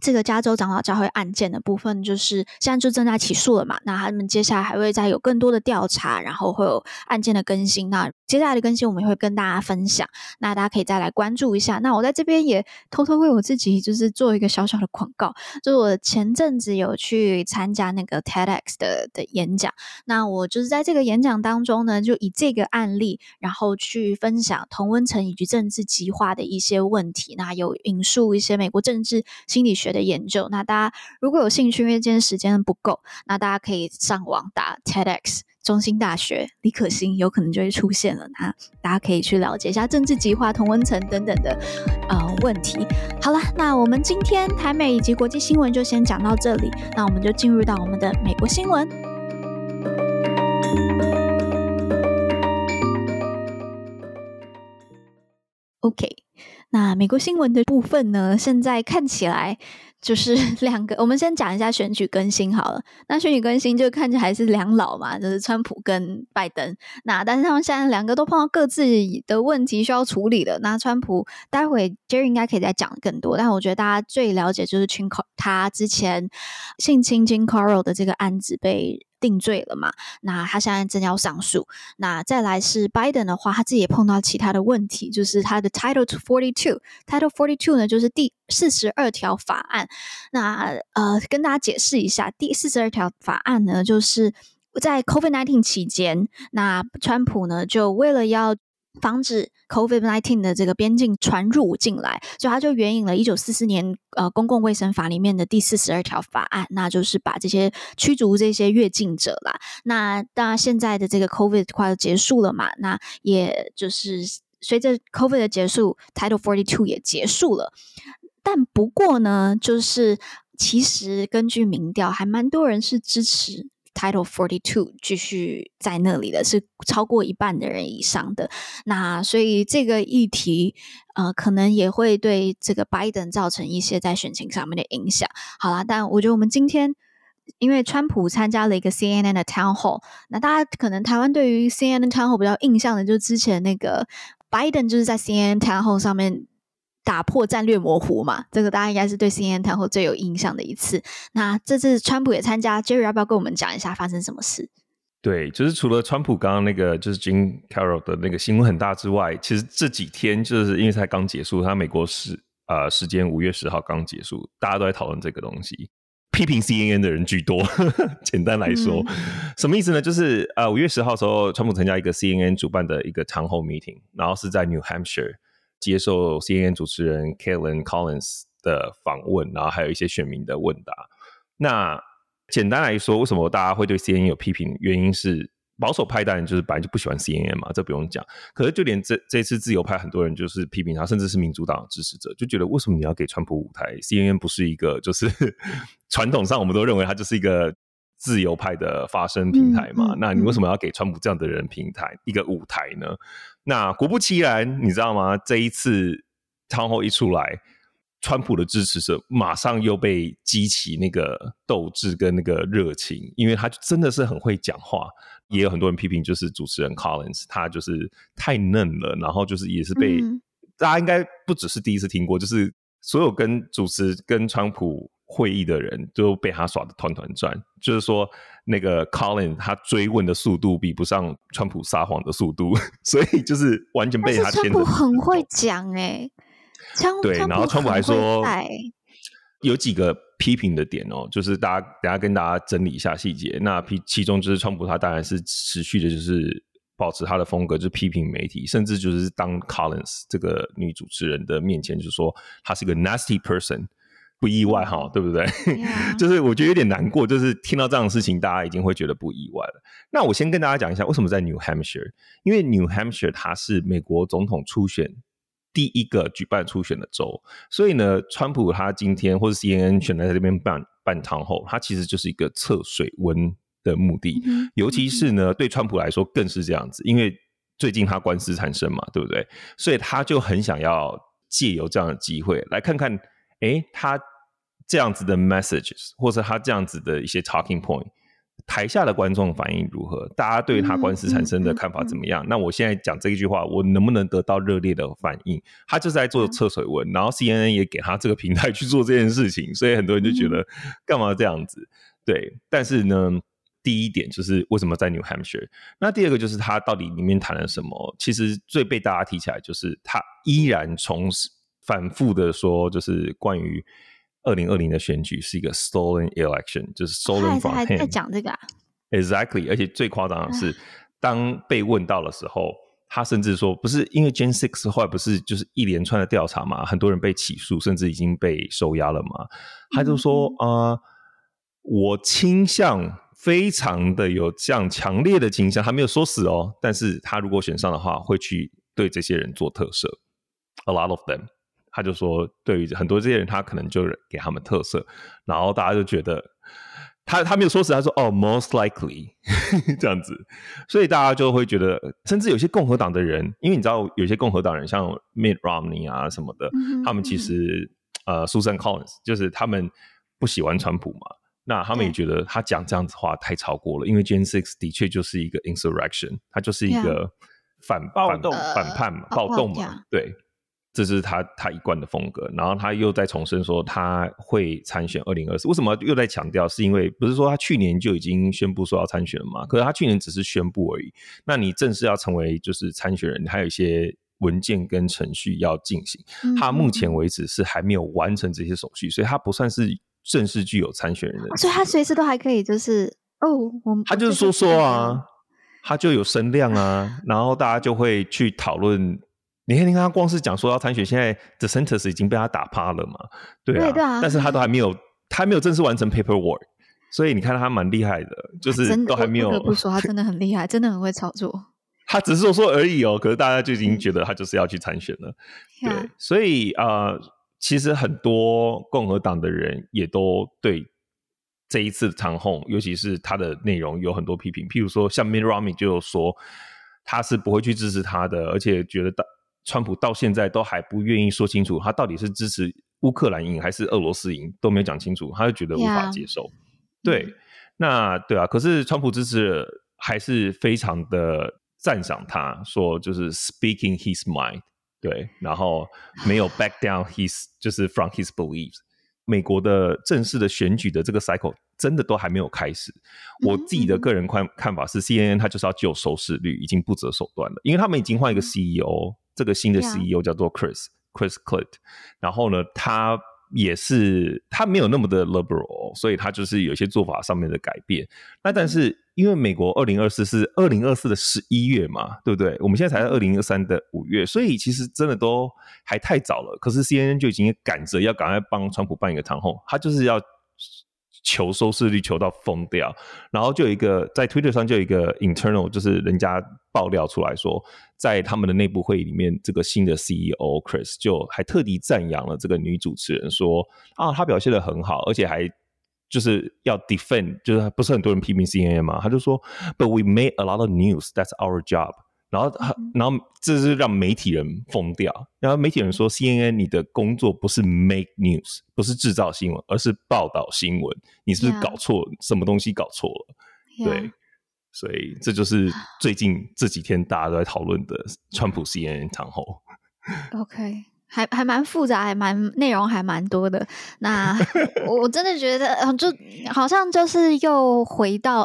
这个加州长老教会案件的部分，就是现在就正在起诉了嘛，那他们接下来还会再有更多的调查，然后会有案件的更新，那接下来的更新我们也会跟大家分享，那大家可以再来关注一下。那我在这边也偷偷为我自己就是做一个小小的广告，就是我前阵子有去参加那个 TEDx 的演讲，那我就是在这个演讲当中呢，就以这个案例然后去分享同温层以及政治极化的一些问题，那有引述一些美国政治心理学的研究，那大家如果有兴趣，因为今天时间不够，那大家可以上网打 TEDx 中兴大学李可欣，有可能就会出现了，那大家可以去了解一下政治极化、同温层等等的问题。好了，那我们今天台美以及国际新闻就先讲到这里，那我们就进入到我们的美国新闻。OK， 那美国新闻的部分呢，现在看起来就是两个，我们先讲一下选举更新好了。那选举更新就看起来还是两老嘛，就是川普跟拜登。那但是他们现在两个都碰到各自的问题需要处理了。那川普待会 Jerry 应该可以再讲更多，但我觉得大家最了解就是他之前性侵 Jean Carroll 的这个案子被定罪了嘛，那他现在正要上诉。那再来是 Biden 的话，他自己也碰到其他的问题，就是他的 Title 42呢，就是第42条法案。那跟大家解释一下，第42条法案呢，就是在 COVID-19 期间，那川普呢就为了要防止 COVID-19 的这个边境传入进来，所以他就援引了1944年公共卫生法里面的第42条法案，那就是把这些驱逐这些越境者啦。那当然现在的这个 COVID 快要结束了嘛，那也就是随着 COVID 的结束 Title 42也结束了。但不过呢，就是其实根据民调还蛮多人是支持Title 42继续在那里的，是超过一半的人以上的。那所以这个议题可能也会对这个 Biden 造成一些在选情上面的影响。好啦，但我觉得我们今天因为川普参加了一个 CNN 的 Town Hall， 那大家可能台湾对于 CNN Town Hall 比较印象的就是之前那个 Biden 就是在 CNN Town Hall 上面打破战略模糊嘛，这个大家应该是对 CNN 谈后最有印象的一次。那这次川普也参加 ，Jerry 要不要跟我们讲一下发生什么事？ 对，就是除了川普刚刚那个就是 Jean Carroll 的那个新闻很大之外，其实这几天就是因为才刚结束，他美国时间5月10号刚结束，大家都在讨论这个东西，批评 CNN 的人居多。简单来说，什么意思呢？就是5月10号的时候，川普参加一个 CNN 主办的一个town hall meeting， 然后是在 New Hampshire。接受 CNN 主持人 Kaitlan Collins 的访问，然后还有一些选民的问答。那简单来说，为什么大家会对 CNN 有批评？原因是保守派当然就是本来就不喜欢 CNN 嘛，这不用讲。可是就连这次自由派很多人就是批评他，甚至是民主党的支持者，就觉得为什么你要给川普舞台 ？CNN 不是一个就是传统上我们都认为它就是一个自由派的发声平台嘛，那你为什么要给川普这样的人平台一个舞台呢？那果不其然，你知道吗？这一次town hall一出来，川普的支持者马上又被激起那个斗志跟那个热情，因为他真的是很会讲话。也有很多人批评，就是主持人 Collins 他就是太嫩了，然后就是也是被大家应该不只是第一次听过，就是所有跟主持跟川普会议的人都被他耍得团团转，就是说那个 Colin 他追问的速度比不上川普撒谎的速度，所以就是完全被他牵着。 川普很会讲对，然后川普还说有几个批评的点哦，就是等一下跟大家整理一下细节。那其中就是川普他当然是持续的就是保持他的风格，就是批评媒体，甚至就是当 Collins 这个女主持人的面前就是说他是个 nasty person。不意外哈，对不对？就是我觉得有点难过，就是听到这样的事情，大家已经会觉得不意外了。那我先跟大家讲一下为什么在 New Hampshire， 因为 New Hampshire 它是美国总统初选第一个举办初选的州，所以呢，川普他今天或者 CNN 选在这边办town hall，他其实就是一个测水温的目的，尤其是呢，对川普来说更是这样子，因为最近他官司缠身嘛，对不对？所以他就很想要借由这样的机会来看看，他这样子的 messages 或者他这样子的一些 talking point 台下的观众反应如何，大家对他官司产生的看法怎么样，那我现在讲这一句话我能不能得到热烈的反应，他就是在做测水温，然后 CNN 也给他这个平台去做这件事情，所以很多人就觉得干嘛这样子。对，但是呢第一点就是为什么在 New Hampshire， 那第二个就是他到底里面谈了什么，其实最被大家提起来就是他依然反复的说，就是关于2020的选举是一个 stolen election， 就是 stolen from him， 还在讲这个啊 Exactly， 而且最夸张的是当被问到的时候，他甚至说不是因为 Jan 6后来不是就是一连串的调查嘛，很多人被起诉甚至已经被收押了嘛，他就说我倾向非常的有这样强烈的倾向，他没有说死哦，但是他如果选上的话会去对这些人做特赦 A lot of them， 他就说对于很多这些人他可能就给他们特赦，然后大家就觉得他没有说死，他说most likely 这样子，所以大家就会觉得，甚至有些共和党的人，因为你知道有些共和党人像 Mitt Romney 啊什么的，他们其实Susan Collins 就是他们不喜欢川普嘛，那他们也觉得他讲这样子话太超过了，因为 Jan 6的确就是一个 insurrection， 它就是一个反叛嘛，暴动嘛，对，这是他一贯的风格。然后他又在重申说他会参选2024，为什么又在强调？是因为不是说他去年就已经宣布说要参选了吗？可是他去年只是宣布而已，那你正式要成为就是参选人，还有一些文件跟程序要进行，他目前为止是还没有完成这些手续，所以他不算是正式具有参选人的， 所以他随时都还可以就是他就是说啊，他就有声量啊，然后大家就会去讨论。你看他光是讲说要参选，现在 DeSantis 已经被他打趴了嘛，对啊，但是他都还没有正式完成 paperwork， 所以你看他蛮厉害的，就是都还没有。 不得不说他真的很厉害，真的很会操作。 他只是说而已哦，可是大家就已经觉得他就是要去参选了，对，所以其实很多共和党的人也都对这一次的长虹，尤其是他的内容有很多批评，譬如说像 Mitt Romney 就有说他是不会去支持他的，而且觉得川普到现在都还不愿意说清楚他到底是支持乌克兰赢还是俄罗斯赢，都没有讲清楚，他就觉得无法接受。对，那对啊，可是川普支持者还是非常的赞赏他，说就是 speaking his mind， 对，然后没有 back down就是 from his beliefs。美国的正式的选举的这个 cycle 真的都还没有开始，我自己的个人看法是 CNN 它就是要救收视率，已经不择手段了，因为他们已经换一个 CEO， 这个新的 CEO 叫做 Chris Clit， 然后呢他没有那么的 liberal， 所以他就是有一些做法上面的改变。那但是因为美国2024是2024的11月嘛，对不对？我们现在才在2023的5月，所以其实真的都还太早了。可是 CNN 就已经赶着要赶快帮川普办一个堂后，他就是要求收视率求到疯掉，然后就有一个在 Twitter 上就有一个 internal， 就是人家爆料出来说，在他们的内部会议里面，这个新的 CEO Chris 就还特地赞扬了这个女主持人，说她表现得很好，而且还就是要 defend， 就是不是很多人批评 CNN 嘛，他就说 But we made a lot of news, that's our job。然后这是让媒体人疯掉，然后媒体人说 CNN 你的工作不是 make news， 不是制造新闻，而是报道新闻，你是不是搞错什么东西搞错了？对，所以这就是最近这几天大家都在讨论的川普 CNN 堂后。 OK， 还蛮复杂，内容还蛮多的。那我真的觉得就好像就是又回到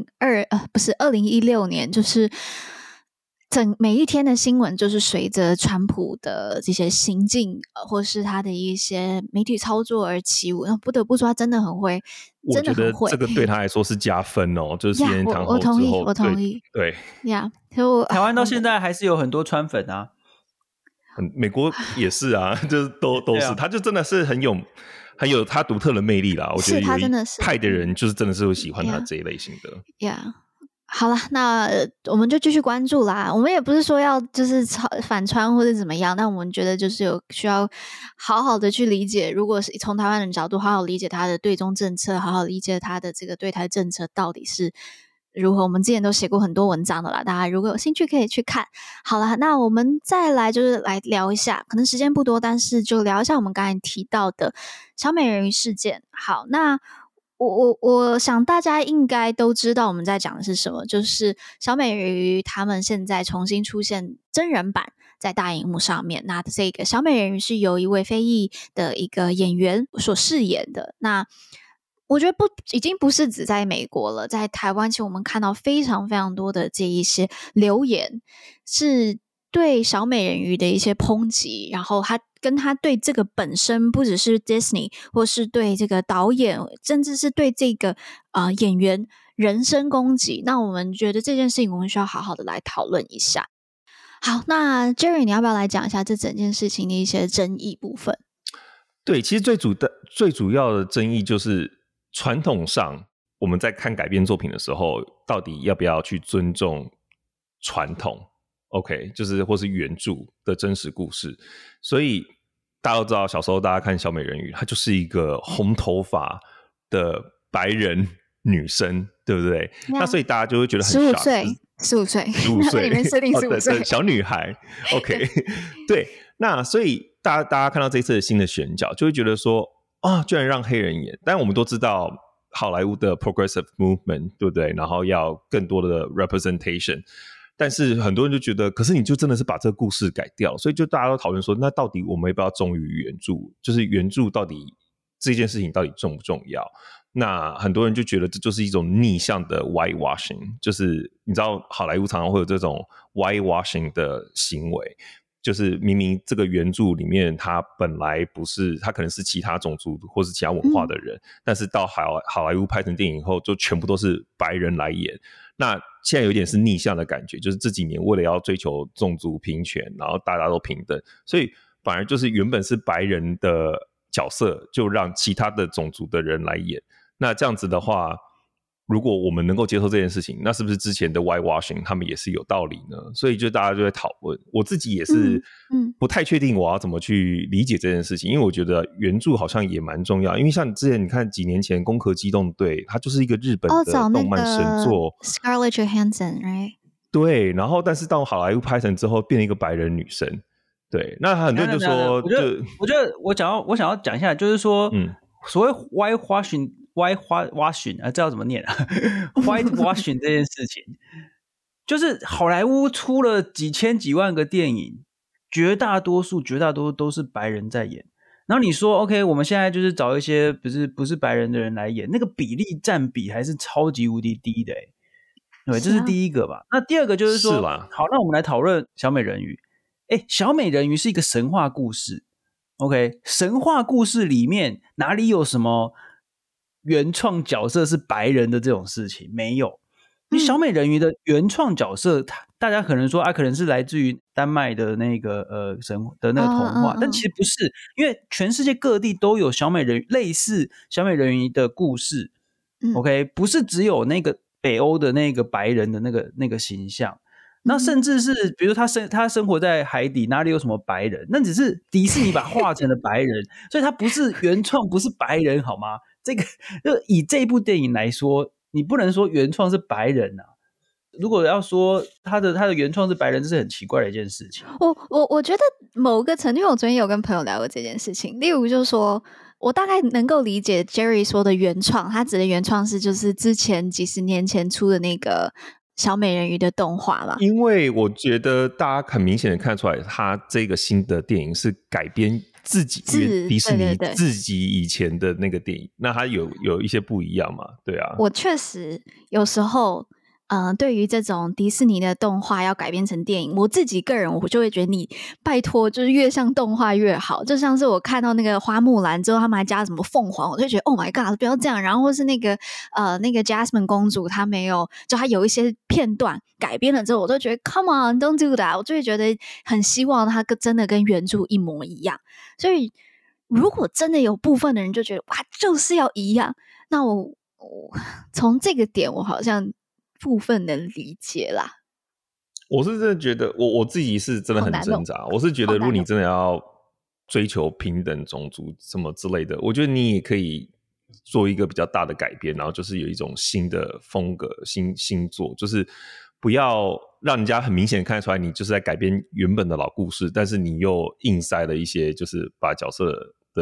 2016年，就是每一天的新闻就是随着川普的这些行径或是他的一些媒体操作而起舞。不得不说他真的很会， 我觉得这个对他来说是加分哦，就是 CNN 堂后之后， 我同意对呀。 台湾到现在还是有很多川粉啊， 美国也是啊，就是都是，他就真的是很有他独特的魅力啦。我觉得有一派的人就是真的是会喜欢他这一类型的。 好了，那我们就继续关注啦。我们也不是说要就是反川或者怎么样，但我们觉得就是需要好好的去理解，如果是从台湾人角度好好理解他的对中政策，好好理解他的这个对台政策到底是如何。我们之前都写过很多文章的啦，大家如果有兴趣可以去看。好了，那我们再来就是来聊一下，可能时间不多，但是就聊一下我们刚才提到的小美人鱼事件。好，那我想大家应该都知道我们在讲的是什么，就是小美人鱼他们现在重新出现真人版在大荧幕上面。那这个小美人鱼是由一位非裔的一个演员所饰演的。那我觉得已经不是只在美国了，在台湾其实我们看到非常非常多的这一些留言是对小美人鱼的一些抨击，然后他对这个本身不只是 Disney 或是对这个导演，甚至是对这个演员人身攻击。那我们觉得这件事情我们需要好好的来讨论一下。好，那 Jerry 你要不要来讲一下这整件事情的一些争议部分？ 对，其实最主要的争议就是传统上我们在看改编作品的时候，到底要不要去尊重传统？OK， 就是或是原著的真实故事。所以大家都知道，小时候大家看小美人鱼，她就是一个红头发的白人女生，对不对？那所以大家就会觉得很 15岁15岁 15岁里面设定15岁、 对，小女孩 OK 对，那所以大家看到这一次的新的选角，就会觉得说居然让黑人演。但我们都知道好莱坞的 progressive movement， 对不对？然后要更多的 representation，但是很多人就觉得，可是你就真的是把这个故事改掉，所以就大家都讨论说，那到底我们要不要忠于原著？就是原著到底这件事情到底重不重要？那很多人就觉得这就是一种逆向的 whitewashing， 就是你知道好莱坞常常会有这种 whitewashing 的行为，就是明明这个原著里面他本来不是，他可能是其他种族或是其他文化的人，但是到好莱坞拍成电影以后，就全部都是白人来演。那现在有点是逆向的感觉，就是这几年为了要追求种族平权，然后大家都平等，所以反而就是原本是白人的角色就让其他的种族的人来演。那这样子的话，如果我们能够接受这件事情，那是不是之前的 whitewashing 他们也是有道理呢？所以就大家就在讨论，我自己也是不太确定我要怎么去理解这件事情，因为我觉得原著好像也蛮重要，因为像之前你看几年前攻壳机动队，它就是一个日本的动漫神作， Scarlett Johansson right？ 对，然后但是到好莱坞拍成之后变成一个白人女生，对，那很多人就说我觉得我想要讲一下，就是说所谓 whitewashing 这要怎么念啊whitewashing 这件事情，就是好莱坞出了几千几万个电影，绝大多数都是白人在演，然后你说 OK 我们现在就是找一些不是白人的人来演，那个比例占比还是超级无敌低的对，这是第一个吧。那第二个就是说，好，那我们来讨论小美人鱼。小美人鱼是一个神话故事 OK， 神话故事里面哪里有什么原创角色是白人的这种事情？没有。小美人鱼的原创角色，大家可能说可能是来自于丹麦的那个神的那个童话，但其实不是，因为全世界各地都有小美人鱼类似小美人鱼的故事OK， 不是只有那个北欧的那个白人的那个形象。那甚至是比如他生活在海底，哪里有什么白人？那只是迪士尼把画成了白人，所以他不是原创，不是白人好吗？这个就以这部电影来说，你不能说原创是白人啊。如果要说他的原创是白人，这是很奇怪的一件事情。 我觉得某个程度，因为我昨天有跟朋友聊过这件事情，例如就是说，我大概能够理解 Jerry 说的原创，他指的原创是就是之前几十年前出的那个小美人鱼的动画啦。因为我觉得大家很明显的看出来，他这个新的电影是改编自己迪士尼自己以前的那个电影，那它有一些不一样嘛，对啊。 我确实有时候对于这种迪士尼的动画要改编成电影，我自己个人我就会觉得你拜托就是越像动画越好。就像是我看到那个花木兰之后他们还加什么凤凰，我就觉得 Oh my god 不要这样。然后或是那个 Jasmine 公主她没有，就她有一些片段改编了之后，我都觉得 Come on don't do that， 我就会觉得很希望她真的跟原著一模一样。所以如果真的有部分的人就觉得哇就是要一样，那我从这个点我好像部分能理解啦。 我是真的觉得我自己是真的很挣扎，我是觉得如果你真的要追求平等种族什么之类的，我觉得你也可以做一个比较大的改变，然后就是有一种新的风格新作，就是不要让人家很明显看得出来你就是在改编原本的老故事，但是你又硬塞了一些就是把角色的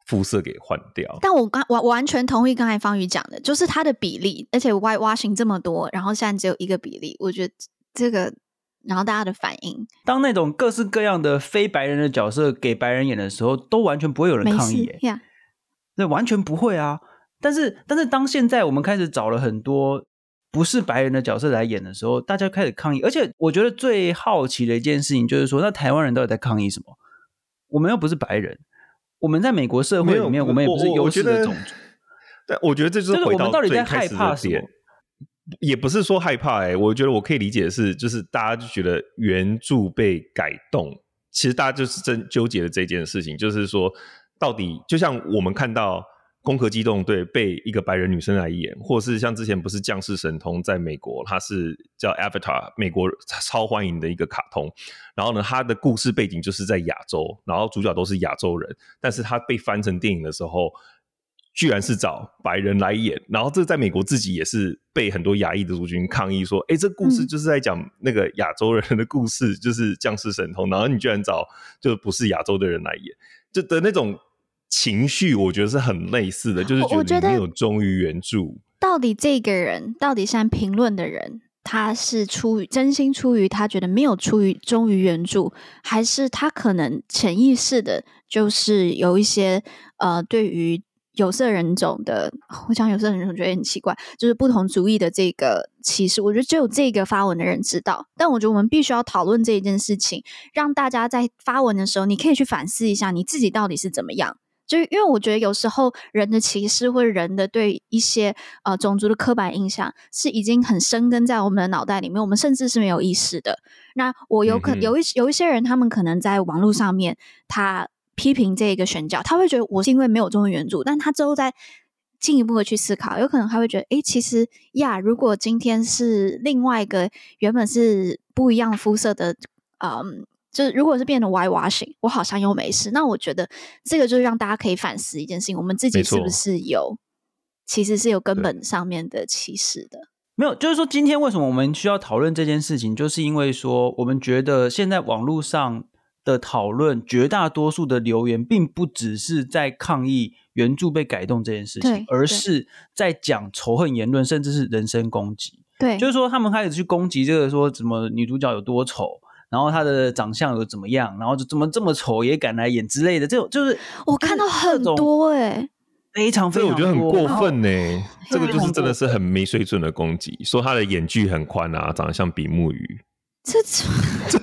肤色给换掉。 但我完全同意刚才方宇讲的，就是它的比例，而且 whitewashing 这么多，然后现在只有一个比例，我觉得这个，然后大家的反应， 当那种各式各样的非白人的角色给白人演的时候，都完全不会有人抗议耶，对，完全不会啊。但是当现在我们开始找了很多不是白人的角色来演的时候，大家开始抗议。而且我觉得最好奇的一件事情就是说，那台湾人到底在抗议什么？我们又不是白人，我们在美国社会里面，我们也不是优势的种族。 但我觉得这就是回到最开始的点，也不是说害怕我觉得我可以理解的是，就是大家就觉得原著被改动，其实大家就是真纠结的这件事情，就是说到底就像我们看到攻壳机动队被一个白人女生来演，或是像之前不是降世神通在美国，它是叫 Avatar， 美国超欢迎的一个卡通，然后呢它的故事背景就是在亚洲，然后主角都是亚洲人，但是它被翻成电影的时候居然是找白人来演，然后这在美国自己也是被很多亚裔的族群抗议说这故事就是在讲那个亚洲人的故事，就是降世神通，然后你居然找就不是亚洲的人来演，就的那种情绪我觉得是很类似的，就是觉得你没有忠于原著。 到底这个人，到底现在评论的人，他是真心出于他觉得没有忠于原著，还是他可能潜意识的就是有一些对于有色人种的，我讲有色人种觉得很奇怪，就是不同族裔的这个歧视，我觉得只有这个发文的人知道。但我觉得我们必须要讨论这一件事情，让大家在发文的时候，你可以去反思一下你自己到底是怎么样。就因为我觉得有时候人的歧视或者人的对一些种族的刻板印象是已经很深根在我们的脑袋里面，我们甚至是没有意识的。那我有一些人，他们可能在网络上面他批评这个选角，他会觉得我是因为没有忠于原著，但他之后再进一步的去思考，有可能他会觉得其实如果今天是另外一个原本是不一样肤色的就是如果是变成 whitewashing， 我好像又没事。那我觉得这个就是让大家可以反思一件事情，我们自己是不是其实是有根本上面的歧视的。 没有，就是说今天为什么我们需要讨论这件事情，就是因为说我们觉得现在网络上的讨论绝大多数的留言并不只是在抗议原著被改动这件事情，而是在讲仇恨言论，甚至是人身攻击。 对， 就是说他们开始去攻击这个说什么女主角有多丑，然后她的长相有怎么样，然后就怎么这么丑也敢来演之类的，这种就是我看到很多非常非常多， 我觉得很过分这个就是真的是很没水准的攻击，说他的眼距很宽啊，长得像比目鱼， 这真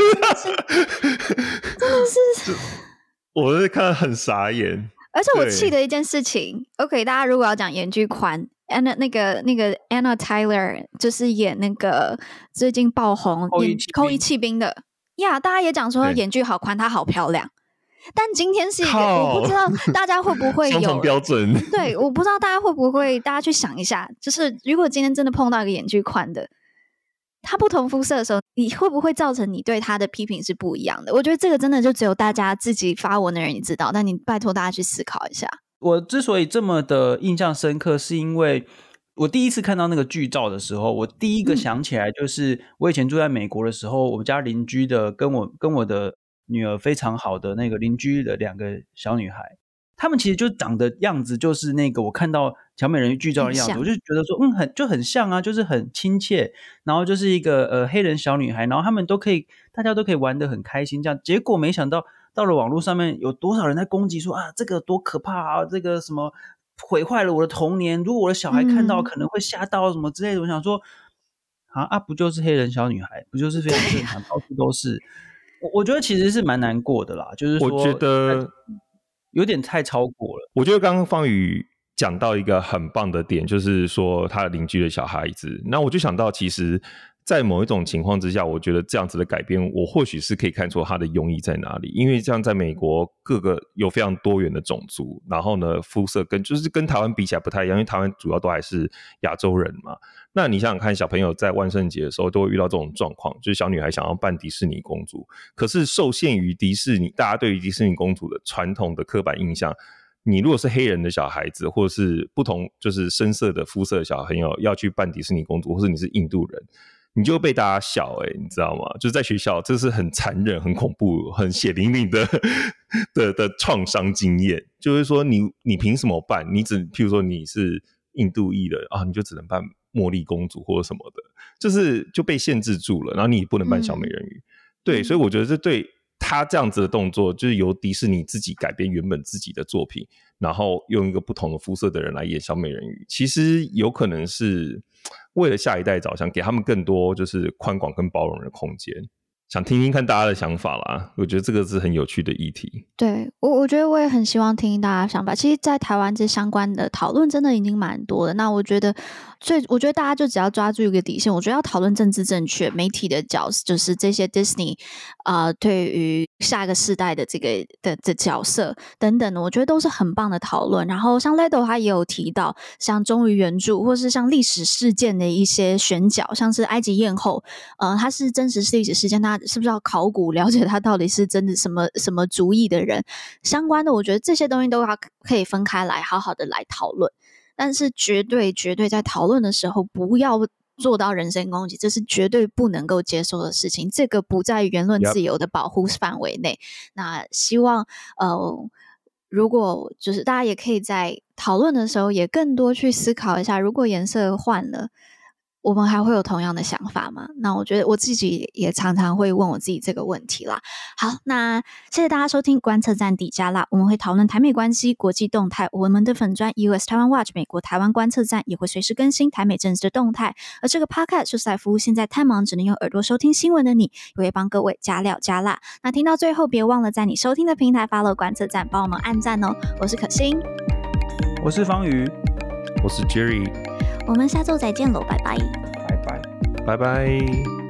的是我是看得很傻眼。 而且我气的一件事情 OK， 大家如果要讲眼距宽，那个 Anna Tyler 就是演那个最近爆红扣一骑兵的大家也讲说眼距好宽，她好漂亮。但今天是一个我不知道大家会不会有双重标准， 对，我不知道大家会不会，大家去想一下，就是如果今天真的碰到一个眼距宽的，他不同肤色的时候，你会不会造成你对他的批评是不一样的？我觉得这个真的就只有大家自己发文的人你知道，但你拜托大家去思考一下。 我之所以这么的印象深刻，是因为我第一次看到那个剧照的时候，我第一个想起来就是我以前住在美国的时候，我们家邻居的跟我的女儿非常好的那个邻居的2个小女孩，她们其实就长的样子就是那个我看到小美人鱼剧照的样子，我就觉得说就很像啊，就是很亲切，然后就是一个黑人小女孩，然后大家都可以玩得很开心这样。结果没想到到了网络上面有多少人在攻击说这个多可怕啊，这个什么毁坏了我的童年，如果我的小孩看到可能会吓到什么之类的。我想说不就是黑人小女孩，不就是非常正常，到处都是。我觉得其实是蛮难过的啦，就是说我觉得有点太超过了。 我觉得刚刚方宇讲到一个很棒的点，就是说他邻居的小孩子，那我就想到其实在某一种情况之下，我觉得这样子的改编我或许是可以看出他的用意在哪里。因为像在美国各个有非常多元的种族，然后呢肤色就是跟台湾比起来不太一样，因为台湾主要都还是亚洲人嘛。那你想想看，小朋友在万圣节的时候都会遇到这种状况，就是小女孩想要扮迪士尼公主，可是受限于迪士尼大家对于迪士尼公主的传统的刻板印象，你如果是黑人的小孩子，或者是不同就是深色的肤色的小朋友要去扮迪士尼公主，或是你是印度人，你就被大家笑你知道吗？就是在学校这是很残忍很恐怖很血淋淋的的创伤经验，就是说你凭什么办？譬如说你是印度裔的啊，你就只能办茉莉公主或者什么的，就被限制住了，然后你不能办小美人鱼。对，所以我觉得这对他这样子的动作，就是由迪士尼自己改编原本自己的作品，然后用一个不同的肤色的人来演小美人鱼，其实有可能是为了下一代着想，给他们更多就是宽广跟包容的空间。想听听看大家的想法啦，我觉得这个是很有趣的议题。 对，我觉得我也很希望听听大家的想法。其实在台湾这相关的讨论真的已经蛮多的，那我觉得大家就只要抓住一个底线，我觉得要讨论政治正确，媒体的就是这些 Disney 对于下一个世代的这个的角色等等的，我觉得都是很棒的讨论。然后像 Ledo 他也有提到像忠于原著或是像历史事件的一些选角，像是埃及艳后他是真实历史事件，他是不是要考古了解他到底是真的什么族裔的人相关的，我觉得这些东西都要可以分开来好好的来讨论，但是绝对在讨论的时候不要做到人身攻击，这是绝对不能够接受的事情，这个不在言论自由的保护范围内。那希望如果就是大家也可以在讨论的时候也更多去思考一下，如果颜色换了，我们还会有同样的想法吗？那我觉得我自己也常常会问我自己这个问题啦。好，那谢谢大家收听观测站底加辣，我们会讨论台美关系、国际动态，我们的粉专 US Taiwan Watch 美国台湾观测站也会随时更新台美政治的动态，而这个 podcast 就是在服务现在太忙只能用耳朵收听新闻的你，也会帮各位加料加辣。那听到最后别忘了在你收听的平台 follow 观测站，帮我们按赞哦。我是可心， 我是方宇， 我是 Jerry， 我们下周再见喽，拜拜， 拜拜， 拜拜。